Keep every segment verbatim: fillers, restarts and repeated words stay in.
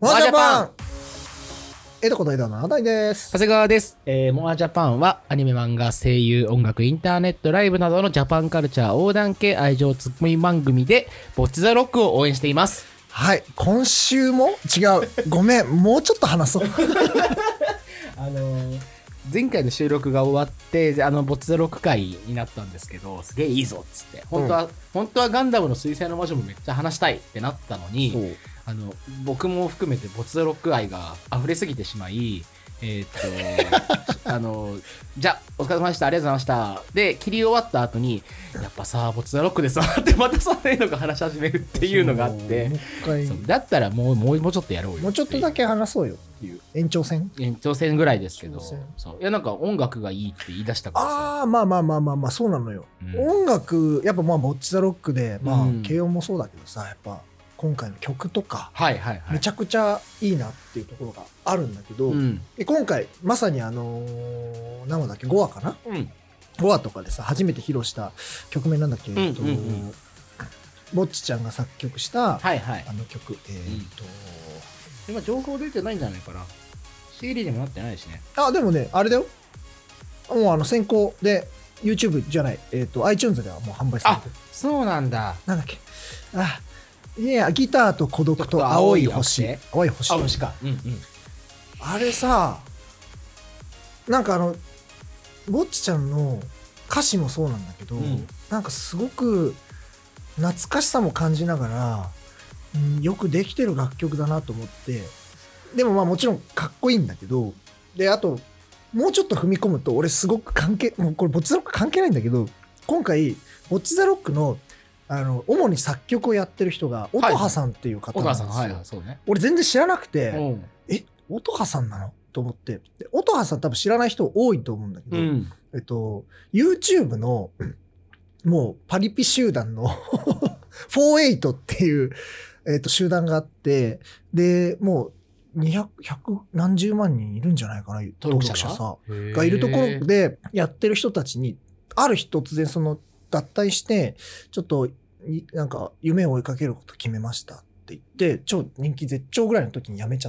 モアジャパンえどことえどのあたりです。 長谷川です。えー、モアジャパンはアニメ、漫画、声優、音楽、インターネット、ライブなどのジャパンカルチャー横断系愛情ツッコミ番組でボッチザロックを応援しています。 はい、今週も違う。ごめん、もうちょっと話そう。 あのー、前回の収録が終わってあのボッチザロック会になったんですけど、すげえいいぞっつって本当は、うん、本当はガンダムの水星の魔女もめっちゃ話したいってなったのに、あの僕も含めてボッチザロック愛が溢れすぎてしまい、えー、っとあのじゃあお疲れ様でした、ありがとうございましたで切り終わった後にやっぱさボッチザロックでさってまたそういうのが話し始めるっていうのがあって、そうだったらもうもうもうちょっとやろうよ、 もうちょっとだけ話そうよっていう延長戦延長戦ぐらいですけど、そういやなんか音楽がいいって言い出したからさ、 ああまあまあまあまあまあそうなのよ、うん、音楽やっぱまあボッチザロックでまあ、うん、軽音もそうだけどさ、やっぱ今回の曲とか、はいはいはい、めちゃくちゃいいなっていうところがあるんだけど、うん、で今回まさにあのー、何話だっけごわかな、うん、ごわとかでさ初めて披露した曲名なんだっけ、うんうんうん、えっとぼっちちゃんが作曲した、はいはい、あの曲えー、っと、 うん、今情報出てないんじゃないかな、 シーディー にもなってないしね。 あでもねあれだよ、もうあの先行で YouTube じゃない、えー、っと iTunes ではもう販売されてる。 あそうなんだ。 なんだっけ、あいやギターと孤独と青い星、青い星、 青い星か、うんうん、 あれさ、なんかあのぼっちちゃんの歌詞もそうなんだけど、うん、なんかすごく懐かしさも感じながら、うん、よくできてる楽曲だなと思って、でもまあもちろんかっこいいんだけど、であともうちょっと踏み込むと俺すごく関係、もうこれぼっちザロック関係ないんだけど、今回ぼっちザロックのあの主に作曲をやってる人が音羽さんっていう方なんですよ、はいはいそうね、俺全然知らなくて、うん、え音羽さんなのと思って、で音羽さん多分知らない人多いと思うんだけど、うん、えっと YouTube のもうパリピ集団のフォーエイトっていう、えっと、集団があって、でもうにひゃく、ひゃく何十万人いるんじゃないかな、登録者さがいるところでやってる人たちにある日突然その脱退してちょっとなんか夢を追いかけること決めましたって言って超人気絶頂ぐらいの時に辞めちゃって、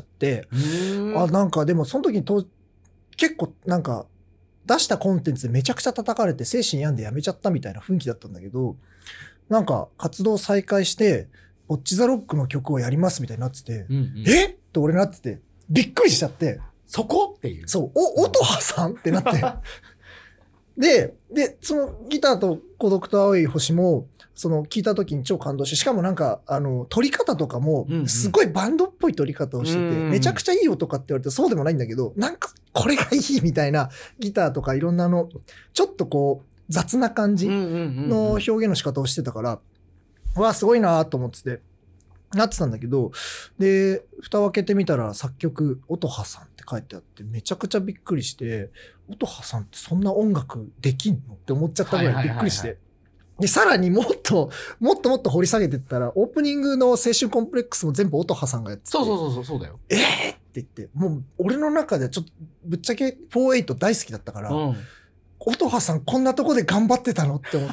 あなんかでもその時にと結構なんか出したコンテンツでめちゃくちゃ叩かれて精神病んで辞めちゃったみたいな雰囲気だったんだけど、なんか活動再開してボッチザロックの曲をやりますみたいになってて、うんうん、えって俺なっててびっくりしちゃって、 そこっていう、 そうお音羽さんってなってで、で、そのギターと孤独と青い星も、その聞いた時に超感動して、しかもなんか、あの、撮り方とかも、すごいバンドっぽい撮り方をしてて、うんうん、めちゃくちゃいい音かって言われてそうでもないんだけど、なんか、これがいいみたいなギターとかいろんなの、ちょっとこう、雑な感じの表現の仕方をしてたから、うわ、すごいなと思ってて、なってたんだけど、で、蓋を開けてみたら作曲、音羽さんって書いてあって、めちゃくちゃびっくりして、音羽さんってそんな音楽できんのって思っちゃったぐらいびっくりして。で、さらにもっと、もっともっと掘り下げてったら、オープニングの青春コンプレックスも全部音羽さんがやってて。 そうそうそうそうだよ。 えーって言って、もう俺の中ではちょっとぶっちゃけフォーエイト大好きだったから、うん、音羽さんこんなとこで頑張ってたのって思って。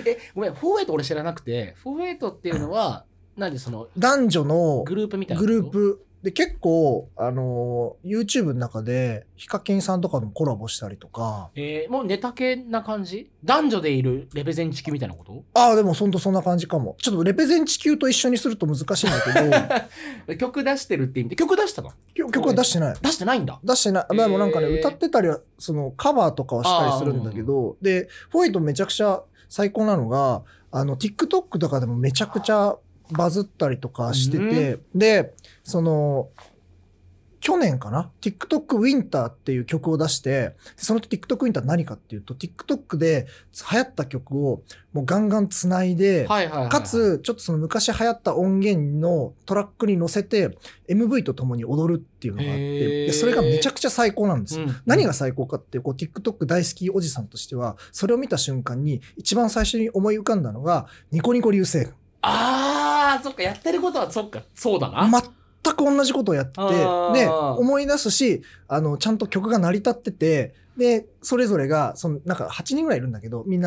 え、ごめん、フォーエイト俺知らなくて、フォーエイトっていうのは、なんでその男女のグループみたいなグループで結構あの YouTube の中でヒカキンさんとかともコラボしたりとか、 えー、もうネタ系な感じ、男女でいるレペゼン地球みたいなこと？ ああでもほんとそんな感じかも。ちょっとレペゼン地球と一緒にすると難しいんだけど曲出してるって意味で曲出したの？ 曲は出してない出してないんだ。 出してない、えー、でもなんかね歌ってたりはそのカバーとかはしたりするんだけど、でフォイトめちゃくちゃ最高なのがあの TikTok とかでもめちゃくちゃバズったりとかしてて、うん、でその去年かな TikTok ウィンターっていう曲を出して、その TikTok ウィンター何かっていうと TikTok で流行った曲をもうガンガンつないで、はいはいはいはい、かつちょっとその昔流行った音源のトラックに乗せて エムブイ とともに踊るっていうのがあって、でそれがめちゃくちゃ最高なんですよ、うんうん、何が最高かってこう TikTok 大好きおじさんとしてはそれを見た瞬間に一番最初に思い浮かんだのがニコニコ流星群。 あーそっか、やってることはそっかそうだな、 全く同じことをやってて、で思い出すし、あのちゃんと曲が成り立ってて、でそれぞれがそのなんかはちにんぐらいいるんだけど、みんな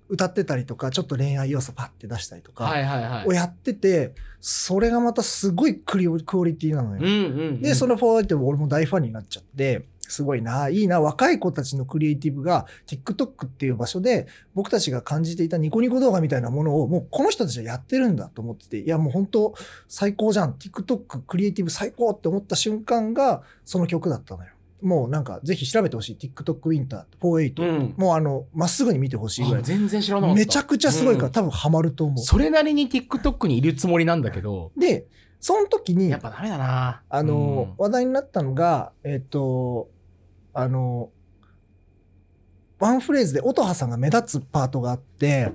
歌ってたりとか、ちょっと恋愛要素パッて出したりとかはいはいはい。 をやってて、それがまたすごいクリクオリティなのよ。 うんうんうん、 で、そのフォーエイトも俺も大ファンになっちゃって、すごいな、いいな、若い子たちのクリエイティブが TikTok っていう場所で僕たちが感じていたニコニコ動画みたいなものをもうこの人たちはやってるんだと思ってて、いやもう本当最高じゃん、TikTok クリエイティブ最高って思った瞬間がその曲だったのよ。もうなんかぜひ調べてほしい。TikTok ウィンターフォーエイト、うん、もうあのまっすぐに見てほしいぐらい。 全然知らなかった。 めちゃくちゃすごいから、うん、多分ハマると思う。 それなりに TikTok にいるつもりなんだけど。 で、その時にやっぱダメだな。 あの、うん、話題になったのがえっとあのワンフレーズで音羽さんが目立つパートがあって、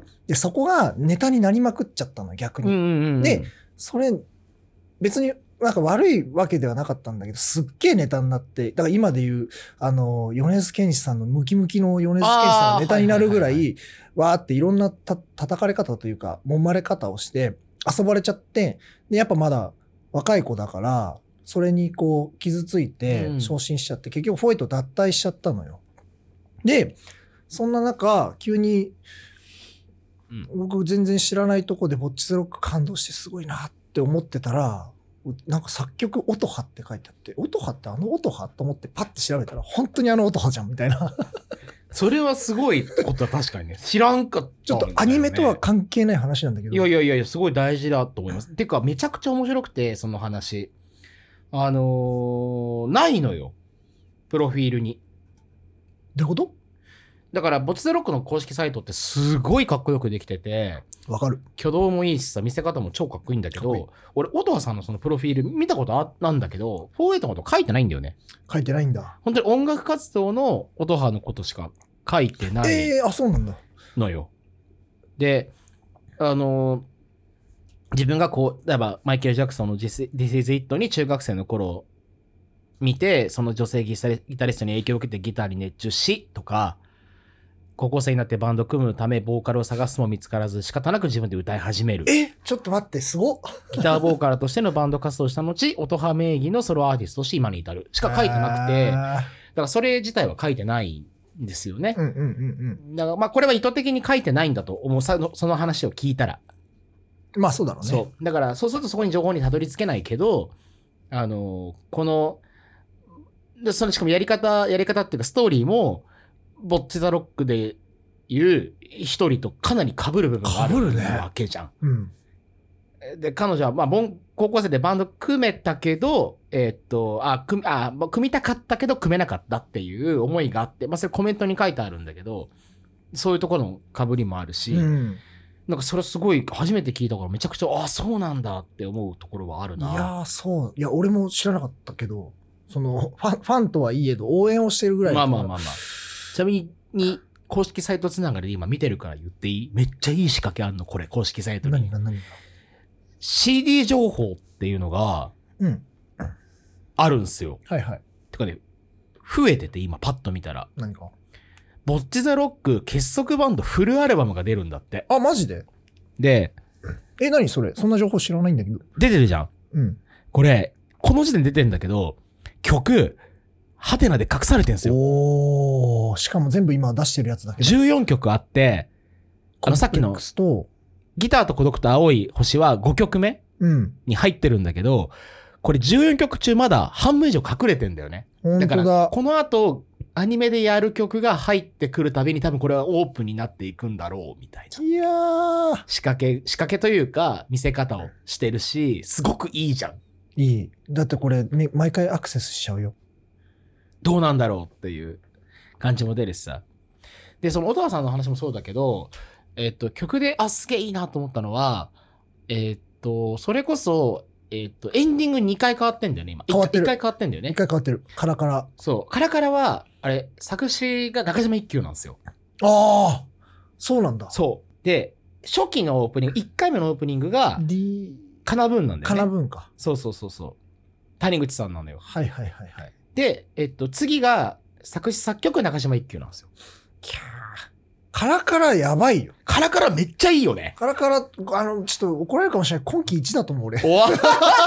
でそこがネタになりまくっちゃったの逆に。うんうんうん、でそれ別になんか悪いわけではなかったんだけど、すっげえネタになって、だから今で言う、あの、米津玄師さんのムキムキの米津玄師さんがネタになるぐらい、わーっていろんなた叩かれ方というか、揉まれ方をして、遊ばれちゃって、で、やっぱまだ若い子だから、それにこう、傷ついて、昇進しちゃって、うん、結局フォーエイト脱退しちゃったのよ。で、そんな中、急に、うん、僕全然知らないとこでボッチザロック感動してすごいなって思ってたら、なんか作曲音羽って書いてあって、音羽ってあの音羽と思ってパッて調べたら本当にあの音羽じゃんみたいな。 それはすごいことは確かにね。知らんかった、ね。 ちょっとアニメとは関係ない話なんだけど。 いやいやいや、すごい大事だと思います。てかめちゃくちゃ面白くて、その話。あのー、ないのよ。プロフィールに。 どういうこと？ だから、ボッチザロックの公式サイトってすごいかっこよくできてて、 わかる。 挙動もいいしさ、見せ方も超かっこいいんだけど、俺、音羽さんのそのプロフィール見たことあったんだけど、フォーエイトのこと書いてないんだよね。 書いてないんだ。 本当に音楽活動の音羽のことしか書いてない。 ええー、あ、そうなんだ。 のよ。で、あのー、自分がこう、例えばマイケル・ジャクソンの This Is It に中学生の頃見て、その女性ギタリストに影響を受けてギターに熱中し、とか、高校生になってバンド組むためボーカルを探すも見つからず仕方なく自分で歌い始める。 えちょっと待って、すごっ。 ギターボーカルとしてのバンド活動をした後、音羽名義のソロアーティストとして今に至るしか書いてなくて、だからそれ自体は書いてないんですよね。 うんうんうんうん。 だからまあこれは意図的に書いてないんだと思う。その、その話を聞いたら。 まあそうだろうね。 そう。だからそうするとそこに情報にたどり着けないけど、あの、この、でそのしかもやり方、やり方っていうかストーリーも、ボッチザロックでいう一人とかなり被る部分があるわけじゃん。 うん、 で、彼女は、まあ、高校生でバンド組めたけど、えー、っと、あ、組、あ、組みたかったけど組めなかったっていう思いがあって、まあ、それコメントに書いてあるんだけど、そういうところの被りもあるし、うん、なんかそれすごい初めて聞いたからめちゃくちゃ、あ、そうなんだって思うところはあるな。 いやー、そう。いや、俺も知らなかったけど、その、ファン、ファンとはいえど応援をしてるぐらい。 まあまあまあまあ。ちなみに、公式サイトつながりで今見てるから言っていい？めっちゃいい仕掛けあんの、これ、公式サイトに。 何が何がシーディー 情報っていうのが、うん。あるんすよ。 はいはい。 てかね、増えてて今パッと見たら。 何かボッチザロック結束バンドフルアルバムが出るんだって。 あ、マジで？ で、 え、何それ？そんな情報知らないんだけど。 出てるじゃん。 うん。 これ、この時点で出てるんだけど、曲、ハテナで隠されてんすよ。 おー、しかも全部今出してるやつだけど。 じゅうよんきょくあって、あのさっきの、ギターと孤独と青い星はごきょくめに入ってるんだけど、うん、これじゅうよんきょく中まだ半分以上隠れてんだよね。 本当だ。 だから、この後、アニメでやる曲が入ってくるたびに多分これはオープンになっていくんだろう、みたいな。 いやー。 仕掛け、仕掛けというか、見せ方をしてるし、すごくいいじゃん。 いい。だってこれ、毎回アクセスしちゃうよ。どうなんだろうっていう感じも出るしさ。で、その音羽さんの話もそうだけど、えっと、曲で、あ、すげえいいなと思ったのは、えっと、それこそ、えっと、エンディングにかい変わってんだよね、今。 変わってる。 いっかい変わってんだよね。 いっかい変わってる。カラカラ。 そう。カラカラは、あれ、作詞が中島一休なんですよ。 ああ、そうなんだ。 そう。で、初期のオープニング、いっかいめのオープニングが、 D、 カナブーンなんだよね。 カナブーンか。 そうそうそうそう。谷口さんなのよ。 はいはいはいはい。 で、えっと、次が、作詞作曲中島一休なんですよ。 キャー。カラカラやばいよ。 カラカラめっちゃいいよね。 カラカラ、あの、ちょっと怒られるかもしれない。今季一だと思う俺。 おわ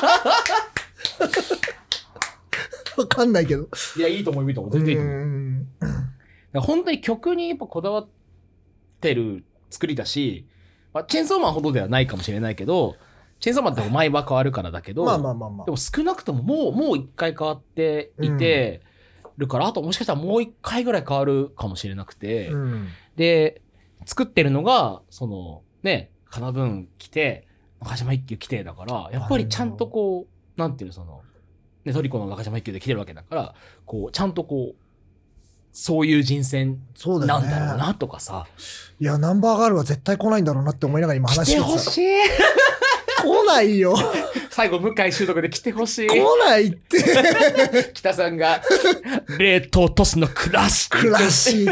わかんないけど。 いや、いいと思う、いいと思う。全然いいと思う。本当に曲にやっぱこだわってる作りだし、まあ、チェーンソーマンほどではないかもしれないけど、チェーンソーマンって毎話変わるからだけど、 まあまあまあまあ。 でも少なくとももう、もう一回変わっていて、るから、あともしかしたらもう一回ぐらい変わるかもしれなくて、 うん、で、 作ってるのが、その、ね、かなぶん来て、中島一休来てだから、やっぱりちゃんとこう、なんていうの、その、ね、トリコの中島一休で来てるわけだから、こう、ちゃんとこう、そういう人選なんだろうなとかさ。 いや、ナンバーガールは絶対来ないんだろうなって思いながら今話してた。 来てほしい来ないよ。 最後、向井修徳で来てほしい。 来ないって。 北さんが、冷凍都市の暮らし。 暮らし。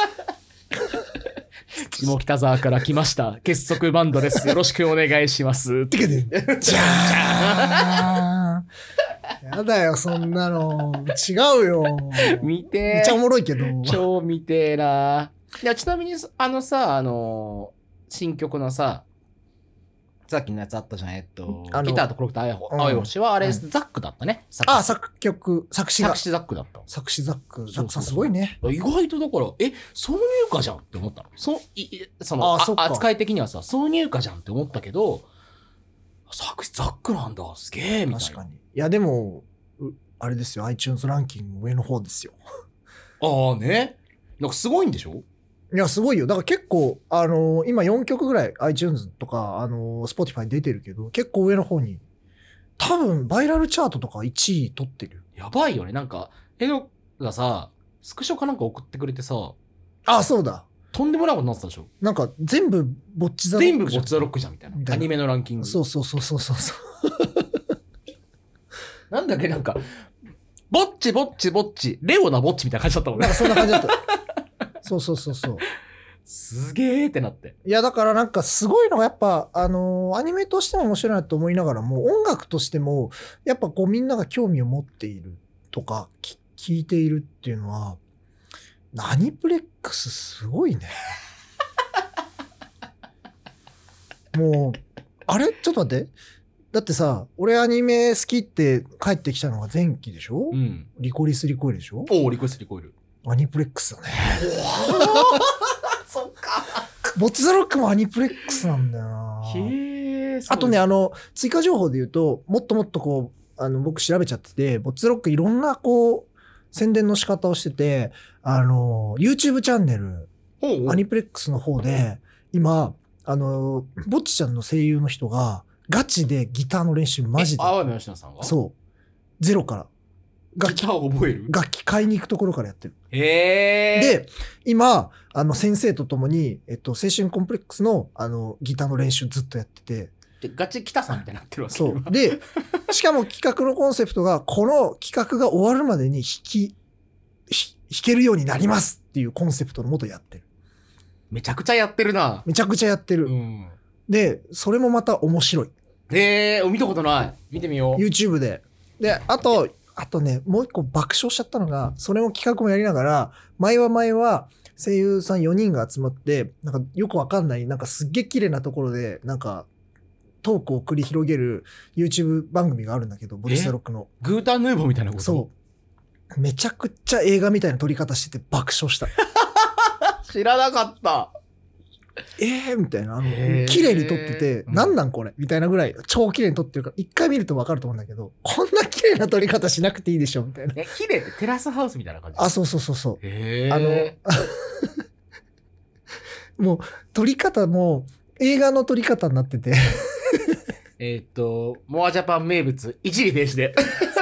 下北沢から来ました。結束バンドです。よろしくお願いします。 てけて。じゃーん。やだよ、そんなの。違うよ。 見てー。 めっちゃおもろいけど。 超見てーなー。いや、ちなみに、あのさ、あのー、新曲のさ、さっきのやつあったじゃん、えっと、ギターとコロクター青い星は、あれ、うん、ザックだったね。 ああ、作曲、作詞が。 作詞ザックだった。 作詞ザック。ザックさんすごいね。 意外とだから、え、挿入歌じゃんって思ったの。そ、い、その、ああ扱い的にはさ、挿入歌じゃんって思ったけど、作詞ザックなんだ、すげえ、みたいな。 確かに。いや、でも、あれですよ、iTunes ランキング上の方ですよ。 ああね。なんかすごいんでしょ？ いや、すごいよ。だから結構、あのー、今よんきょくぐらい iTunes とか、あのー、Spotify に出てるけど、結構上の方に、多分、バイラルチャートとかいちい取ってる。 やばいよね。なんか、エノがさ、スクショかなんか送ってくれてさ、 あ、そうだ。 とんでもないことになってたでしょ？ なんか、全部、ボッチザロック。 全部ボッチザロックじゃん、みたいな。みたいなアニメのランキング。 そうそうそうそうそう。 なんだっけ、なんか、ぼっちぼっちぼっち、レオナぼっちみたいな感じだったもんね。 なんかそんな感じだった。そうそうそうそう。 すげーってなって。 いや、だからなんかすごいのがやっぱ、あのー、アニメとしても面白いなと思いながらも、音楽としても、やっぱこうみんなが興味を持っているとか、聞いているっていうのは、アニプレックスすごいね。もう、あれちょっと待って。だってさ、俺アニメ好きって帰ってきたのが前期でしょ？うん。リコリスリコイルでしょ？ おー、リコリスリコイル。 アニプレックスだね。 そっか。 ボッチザロックもアニプレックスなんだよな。 へー。 あとね、あの、追加情報で言うと、もっともっとこう、あの、僕調べちゃってて、ボッチザロックいろんなこう、宣伝の仕方をしてて、あの、YouTube チャンネル、おうおうアニプレックスの方で、今、あの、ボッチちゃんの声優の人が、ガチでギターの練習マジで。 あ、青山吉野さんが？ そう。ゼロから。 楽器、ギターを覚える？ 楽器買いに行くところからやってる。 へー。 で、今、あの、先生と共に、えっと、青春コンプレックスの、あの、ギターの練習ずっとやってて。 で、ガチ北さんってなってるわけ。 そう。で、しかも企画のコンセプトが、この企画が終わるまでに弾き、弾けるようになりますっていうコンセプトのもとやってる。 めちゃくちゃやってるな。 めちゃくちゃやってる。うん、で、それもまた面白い。 えー、見たことない。見てみよう。 YouTube で。で、あと、あとね、もう一個爆笑しちゃったのが、それも企画もやりながら、前は前は声優さんよにんが集まって、なんかよくわかんない、なんかすっげえ綺麗なところで、なんか、トークを繰り広げる YouTube 番組があるんだけど、ボッチザロックの。 グータンヌーボーみたいなこと？ そう。めちゃくちゃ映画みたいな撮り方してて爆笑した。 知らなかった。 えーみたいな。あの、綺麗に撮ってて、うん、なんなんこれみたいなぐらい、超綺麗に撮ってるから、一回見るとわかると思うんだけど、こんな綺麗な撮り方しなくていいでしょみたいな。 え、綺麗ってテラスハウスみたいな感じ？ あ、そうそうそうそう。 へー。 あの、もう、撮り方も、映画の撮り方になってて。 えっと、モアジャパン名物、一時停止で。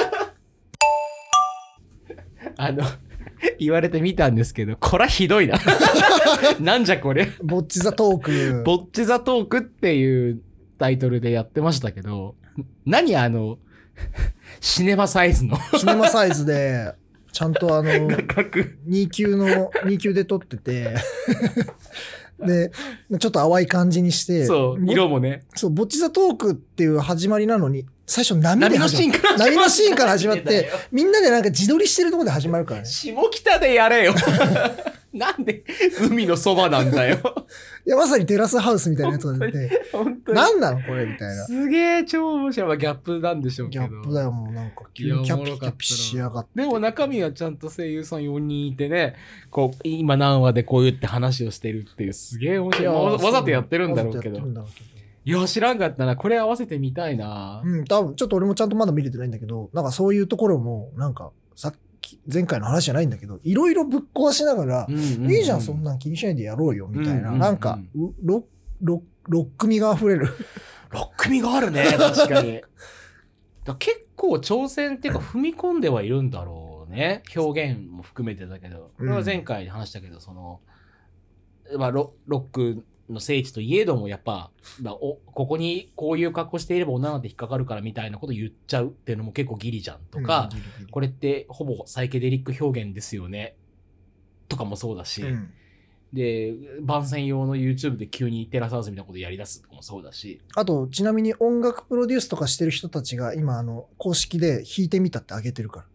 あの、言われてみたんですけど、こらひどいな。なんじゃこれ。 ボッチザトーク。 ボッチザトークっていうタイトルでやってましたけど、何あの、シネマサイズの。 シネマサイズで、ちゃんとあの、に級の、に級で撮ってて、で、ちょっと淡い感じにして。 そう、色もね。 そう、ボッチザトークっていう始まりなのに、最初波で始まって。波のシーンから始まって、みんなでなんか自撮りしてるところで始まるからね。 下北でやれよ。 なんで海のそばなんだよ。 いや、まさにテラスハウスみたいなやつが出て、 本当に。 なんなのこれみたいな。 すげえ超面白い。まあギャップなんでしょうけど。 ギャップだよ、もうなんか急にキャピキャピしやがって。 でも中身はちゃんと声優さんよにんいてね、こう、今何話でこう言って話をしてるっていう、すげえ面白い。わわざとやってるんだろうけど。いや、知らんかったな。これ合わせてみたいな。 うん、多分、ちょっと俺もちゃんとまだ見れてないんだけど、なんかそういうところも、なんか、さっき、前回の話じゃないんだけど、いろいろぶっ壊しながら、うんうんうん、いいじゃん、そんなん気にしないでやろうよ、みたいな。うんうんうん、なんか、ロロロック味が溢れる。 ロック味があるね、確かに。だ結構挑戦っていうか踏み込んではいるんだろうね。表現も含めてだけど。これは前回話したけど、その、まあロ、ロックの聖地といえども、やっぱ、まあ、おここにこういう格好していれば女なんて引っかかるからみたいなこと言っちゃうっていうのも結構ギリじゃんとか、うん、ギリギリこれってほぼサイケデリック表現ですよねとかもそうだし、うん、で、番宣用の YouTube で急にテラスハウスみたいなことやり出すとかもそうだし。 あと、ちなみに音楽プロデュースとかしてる人たちが今、あの、公式で弾いてみたってあげてるから。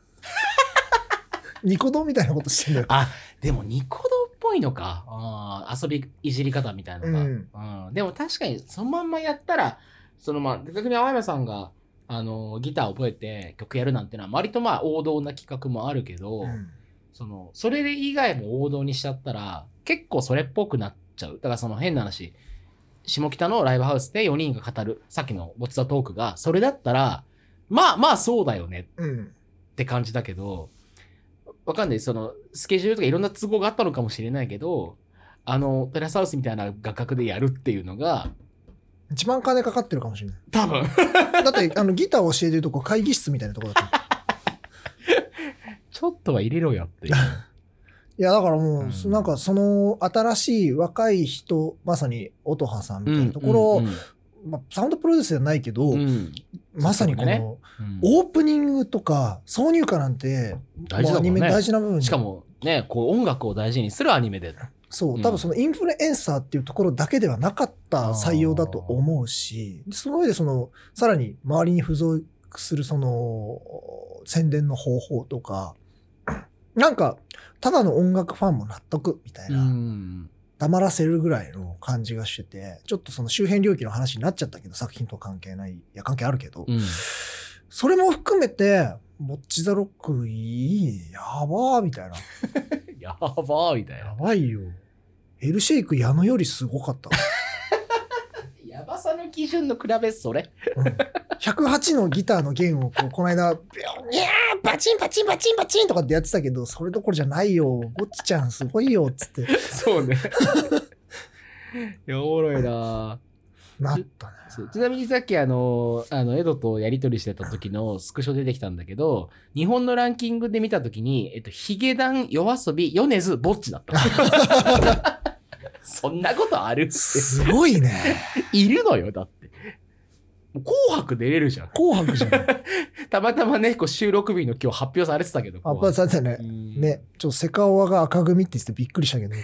ニコ動みたいなことしてんだよ。 あ、でもニコ動っぽいのか。あ遊び、いじり方みたいなのが、うんうん。でも確かにそのまんまやったら、そのまあ、逆に青山さんが、あの、ギターを覚えて曲やるなんてのは割とまあ王道な企画もあるけど、うん、その、それ以外も王道にしちゃったら、結構それっぽくなっちゃう。だからその変な話、下北のライブハウスでよにんが語る、さっきのボツザトークが、それだったら、まあまあそうだよねって感じだけど、わかんない。その、スケジュールとかいろんな都合があったのかもしれないけど、あの、テラスハウスみたいな画角でやるっていうのが、 一番金かかってるかもしれない。 多分。 だって、あの、ギターを教えてるとこ会議室みたいなとこだった。 ちょっとは入れろよっていう。 いや、だからもう、うん、なんかその新しい若い人、まさに音羽さんみたいなところを、うんうんうんまあ、サウンドプロデュースじゃないけど、うん、まさにこの、ねうん、オープニングとか挿入歌なんて、 大事だもんね、 アニメ大事な部分しかもね、こう音楽を大事にするアニメで。 そう、多分そのインフルエンサーっていうところだけではなかった採用だと思うし、その上でその、さらに周りに付属するその、宣伝の方法とか、なんか、ただの音楽ファンも納得みたいな。うん黙らせるぐらいの感じがしてて、ちょっとその周辺領域の話になっちゃったけど、作品と関係ない、いや関係あるけど、うん、それも含めて、ボッチザロックいい、やばーみたいな。 やばーみたいな。 やばいよ。エルシェイク矢野よりすごかった。 やばさの基準の比べそれ、 うん、ひゃくはちのギターの弦をこうこの間、ビョン、いやーバチンバチンバチンバチンとかってやってたけど、それどころじゃないよ。ボッチちゃんすごいよ、っつって。 そうね。いや、おもろいななったね。 ちなみにさっきあの、あの、エドとやりとりしてた時のスクショ出てきたんだけど、日本のランキングで見た時に、えっと、ヒゲダン、夜遊び、米津、ぼっちだった。そんなことあるって。 すごいね。 いるのよ、だって。紅白出れるじゃん。 紅白じゃん。 たまたまね、こう収録日の今日発表されてたけど。 発表されてたね。ね。ちょっとセカオワが赤組って言ってびっくりしたけど。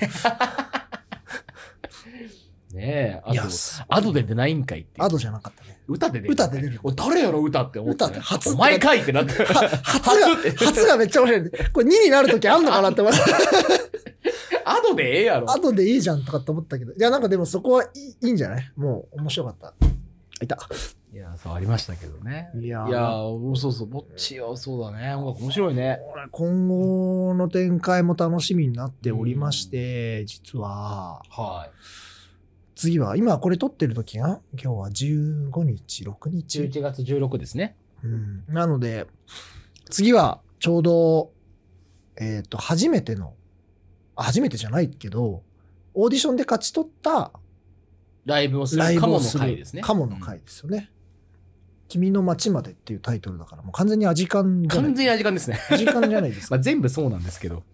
ねえ、あと、アドで出ないんかいっていう。 アドじゃなかったね。 歌で出る。 歌で出る。 お誰やろ歌って思った、ね。 歌って初。 お前かいってなって。 初が、初がめっちゃ面白い、ね。これにになるときあんのかなって思った。 アドでええやろ。 アドでいいじゃんとかって思ったけど。いや、なんかでもそこはいい、いいんじゃないもう面白かった。いた。 いや、そうありましたけどね。 いや、 いやそうそう、ぼっちはそうだね。音楽面白いね。 今後の展開も楽しみになっておりまして、実は、 はい。 次は、今これ撮ってる時が、今日はじゅうごにち、ろくにち。 じゅういちがつじゅうろくですね。 うん。なので、次はちょうど、えっと、初めての、初めてじゃないけど、オーディションで勝ち取ったライブをするカモの回ですね。 カモの回ですよね。うん、君の街までっていうタイトルだから、もう完全にアジカンじゃない。 完全にアジカンですね。 アジカンじゃないですか。 まあ全部そうなんですけど。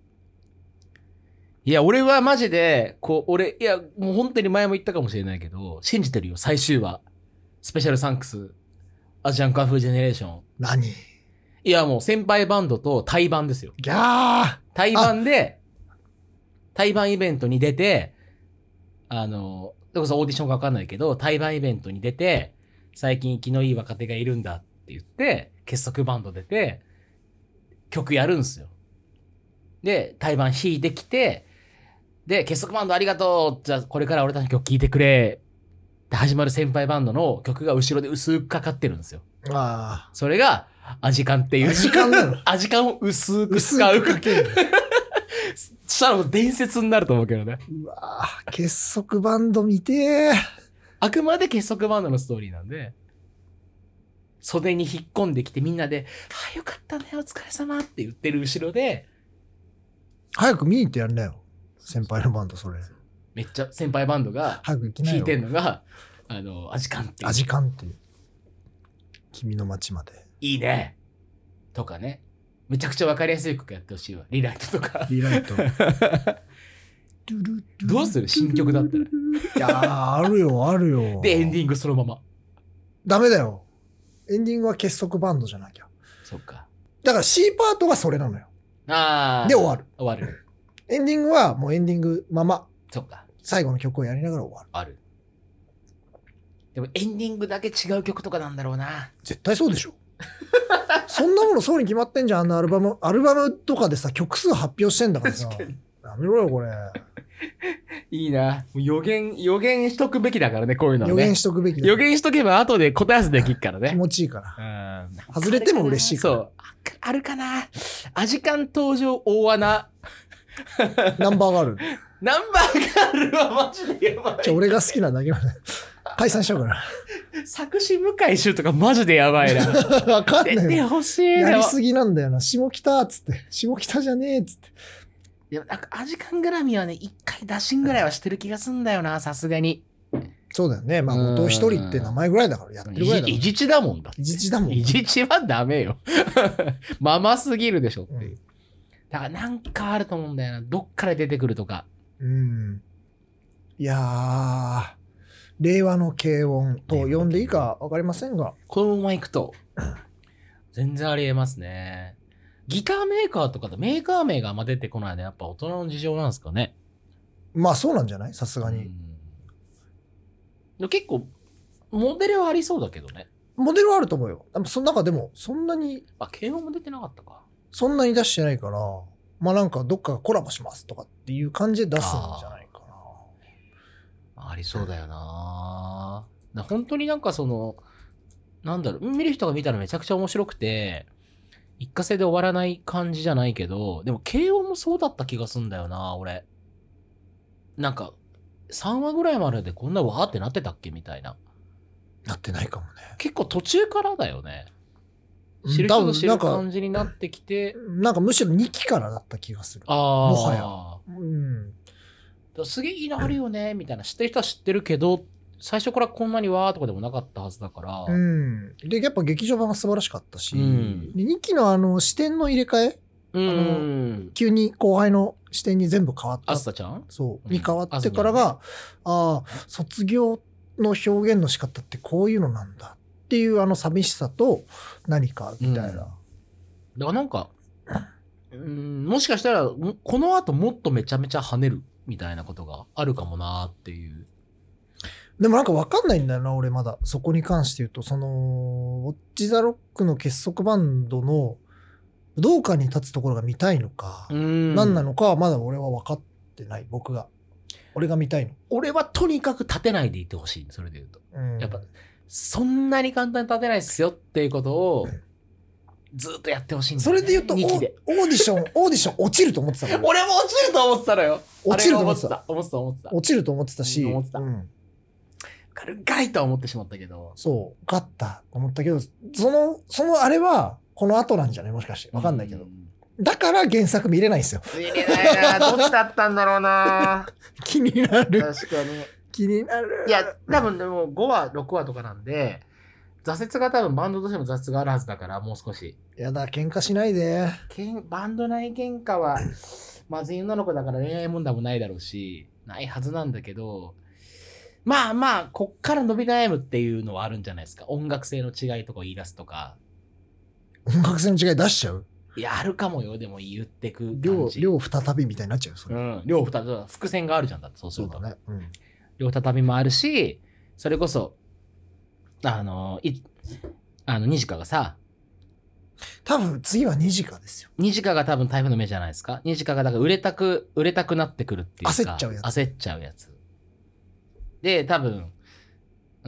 いや、俺はマジで、こう、俺、いや、もう本当に前も言ったかもしれないけど、信じてるよ、最終話。スペシャルサンクス、アジアンカンフージェネレーション。 何？ いや、もう先輩バンドと対バンですよ。 ギャー！ 対バンで、対バンイベントに出て、あの、それこそオーディションかわかんないけど、対バンイベントに出て、最近気のいい若手がいるんだって言って、結束バンド出て、曲やるんすよ。 で、対バン弾いてきて、で、結束バンドありがとうじゃあこれから俺たちの曲聴いてくれって始まる先輩バンドの曲が後ろで薄くかかってるんですよ。 ああ。 それが、アジカンっていう。 アジカンなのアジカンを薄く使う。 薄くかける。 そしたらもう伝説になると思うけどね。 うわぁ、結束バンド見てー。 あくまで結束バンドのストーリーなんで、袖に引っ込んできてみんなで、ああ、よかったね、お疲れ様って言ってる後ろで、 早く見に行ってやんなよ。先輩のバンド、それ。 めっちゃ先輩バンドが早く行きなよ。 弾いてんのが、あの、アジカンっていう。 アジカンっていう。君の街まで。 いいね。とかね。めちゃくちゃわかりやすい曲やってほしいわ。リライトとか。 リライト。 どうする新曲だったら。 いやー、あるよ、あるよ。 で、エンディングそのまま。 ダメだよ。エンディングは結束バンドじゃなきゃ。 そっか。 だから C パートがそれなのよ。 ああ。 で終わる。 終わる。 エンディングはもうエンディングまま。 そっか。 最後の曲をやりながら終わる。 ある。でもエンディングだけ違う曲とかなんだろうな。 絶対そうでしょ。そんなものそうに決まってんじゃん。あのアルバム、アルバムとかでさ、曲数発表してんだからさ。 確かに。 やめろよ、これ。 いいな。もう予言、予言しとくべきだからね、こういうのはね。 予言しとくべきだ。 予言しとけば後で答え合わせできるからね。 気持ちいいから。 うん。 外れても嬉しいから。 そう。あるかな。アジカン登場大穴。 ナンバーガール。 ナンバーガールはマジでやばい。 じゃ俺が好きなだけなんだ。解散しようかな。 作詞向井秀とかマジでやばいな。 わかんない。 出てほしいな。 やりすぎなんだよな。下北っつって。下北じゃねえっつって。 いや、なんかアジカン絡みはね、一回打診ぐらいはしてる気がすんだよな、さすがに。 そうだよね。まあ、後藤一人って名前ぐらいだからやってるぐらいだから。 いじちだもんだ。 いじちだもん。 いじちはダメよ。ママすぎるでしょっていう。 うんだからなんかあると思うんだよな。どっから出てくるとか。 うん。いやー、令和の軽音と呼んでいいかわかりませんが。 このまま行くと、全然ありえますね。ギターメーカーとかとメーカー名があんま出てこないのはやっぱ大人の事情なんですかね。 まあそうなんじゃないさすがに。 うんでも結構、モデルはありそうだけどね。 モデルはあると思うよ。でもその中でも、そんなに、 あ、軽音も出てなかったか。 そんなに出してないから、まあなんかどっかがコラボしますとかっていう感じで出すんじゃないかな。 ありそうだよな。だ本当になんかその、なんだろう、見る人が見たらめちゃくちゃ面白くて、一過性で終わらない感じじゃないけど、でも軽音もそうだった気がすんだよな、俺。なんか、さんわぐらいまででこんなわーってなってたっけみたいな。 なってないかもね。 結構途中からだよね。 うん知る人ぞ知る多分なんか感じになってきて。 なんかむしろにきからだった気がする。 ああ。 もはや。うん。 すげえいいのあるよね、みたいな。知ってる人は知ってるけど、最初からこんなにわーとかでもなかったはずだから。 うん。で、やっぱ劇場版が素晴らしかったし、 うんでにきのあの視点の入れ替え、 うん。 急に後輩の視点に全部変わった。 あすたちゃんそう。 うんに変わってからが、ああ、卒業の表現の仕方ってこういうのなんだっていうあの寂しさと何かみたいな。 だからなんか、うん、もしかしたら、もこの後もっとめちゃめちゃ跳ねるみたいなことがあるかもなーっていう。 でもなんかわかんないんだよな、俺まだ。そこに関して言うと、その、ウォッチザロックの結束バンドの武道館に立つところが見たいのか、 ん何なのかはまだ俺は分かってない、僕が。俺が見たいの。 俺はとにかく立てないでいてほしい。それで言うと。 うん、 やっぱ、そんなに簡単に立てないっすよっていうことを、ずっとやってほしいんだよね。 それで言うと、オーにきでオーディション、オーディション落ちると思ってたから。 俺も落ちると思ってたのよ。 落ちると思ってたあれは思ってた。思ってた、思ってた。 落ちると思ってたし、 うん思ってたうん軽がいとは思ってしまったけど。 そう、勝ったと思ったけど、その、そのあれは、この後なんじゃないもしかして。わかんないけど。 うだから原作見れないんですよ。 見れないな。どっちだったんだろうな。 気になる。 確かに。 気になる。 いや、多分でもごわ、ろくわとかなんで、挫折が多分バンドとしても挫折があるはずだから、もう少し。 やだ、喧嘩しないで。 けんバンド内喧嘩は、まずい女の子だから恋愛問題もないだろうし、ないはずなんだけど、まあまあ、こっから伸び悩むっていうのはあるんじゃないですか。音楽性の違いとか言い出すとか。 音楽性の違い出しちゃういや、あるかもよ、でも言ってく感量、 じ。 量再びみたいになっちゃうよ、それ。 うん、両二つ、伏線があるじゃんだって、そうすると。 そうだね。うん。 両再びもあるし、それこそ、あの、い、あの、ニジカがさ、 多分次はニジカですよ。 ニジカが多分台風の目じゃないですか。ニジカがだから売れたく、売れたくなってくるっていうか。 焦っちゃうやつ。 焦っちゃうやつ。で、多分、うん、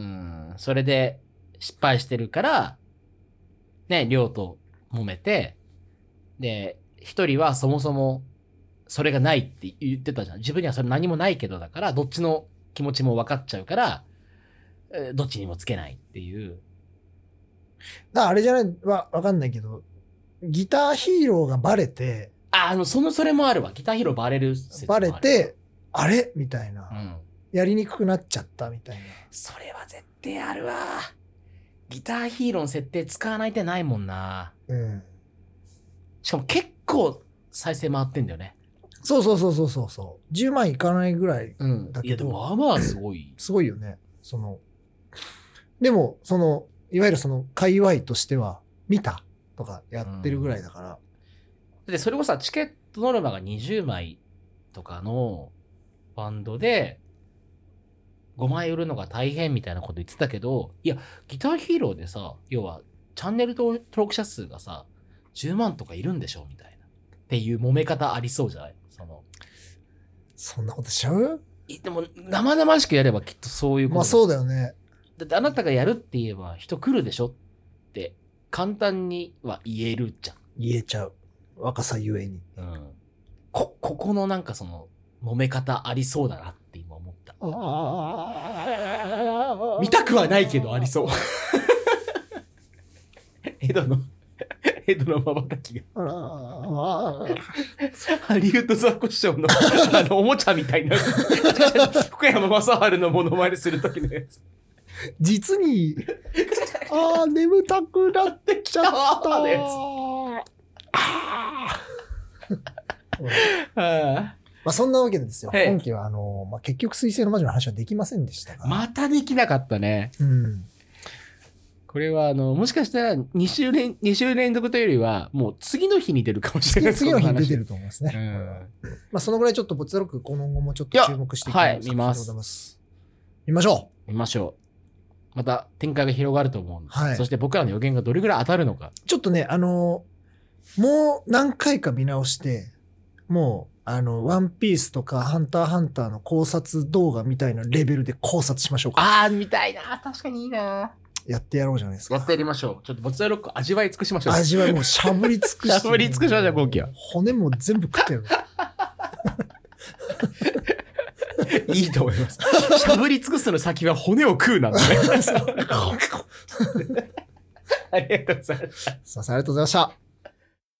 それで失敗してるから、ね、亮と揉めて、で、一人はそもそもそれがないって言ってたじゃん。自分にはそれ何もないけどだから、どっちの気持ちも分かっちゃうから、どっちにもつけないっていう。 だからあれじゃない、わ、わかんないけど、ギターヒーローがバレて、 あ、あの、その、それもあるわ。ギターヒーローバレる説もあバる。 レて、あれみたいな、 うん。 やりにくくなっちゃったみたいな。 それは絶対あるわ。ギターヒーローの設定使わない手ないもんな。 うん。 しかも結構再生回ってんだよね。 そうそうそうそうそうそう。じゅうまんいかないぐらいうん。 だけど。 いや、でもまあまあすごい。 すごいよね。その、でも、その、いわゆるその、界隈としては、見たとかやってるぐらいだから。 で、それこそチケットノルマがにじゅうまいとかのバンドで、ごまい売るのが大変みたいなこと言ってたけど、いや、ギターヒーローでさ、要は、チャンネル登録者数がさ、じゅうまんとかいるんでしょみたいな。っていう揉め方ありそうじゃないその。 そんなことしちゃう？ いでも、生々しくやればきっとそういうこと。 まあそうだよね。 だってあなたがやるって言えば人来るでしょって簡単には言えるじゃん。 言えちゃう。若さゆえに。 うん。こ、ここのなんかその、揉め方ありそうだなって今思った。見たくはないけどありそう。エドの、エドの瞬きが。ハリウッドザコシショウのあのおもちゃみたいな。福山雅治のモノマネするときのやつ。 実に、ああ、眠たくなってきちゃったー。 のやつまあそんなわけでですよ。 はい今期はあの、まあ、結局水星の魔女の話はできませんでしたが。 またできなかったね。 うん。 これはあの、もしかしたらに週連、に週連続というよりは、もう次の日に出るかもしれない。 次の日に出てる。 ると思いますね。 うん。 まあそのぐらいちょっとボツロック今後もちょっと注目していきはい見ますでございます。見ましょ見ましょう。また展開が広がると思うんで、 はいそして僕らの予言がどれぐらい当たるのか。 う。ちょっとね、あの、もう何回か見直して、もう、あの、ワンピースとかハンターハンターの考察動画みたいなレベルで考察しましょうか。 あー、見たいな。確かにいいな。 やってやろうじゃないですか。 やってやりましょう。ちょっとボツワロック味わい尽くしましょう。 味はもうしゃぶり尽くして。 しゃぶり尽くしましょう今期は。 骨も全部食ってる。 いいと思います。しゃぶり尽くすの先は骨を食うなんてね。ありがとうございました。 すいません、ありがとうございました。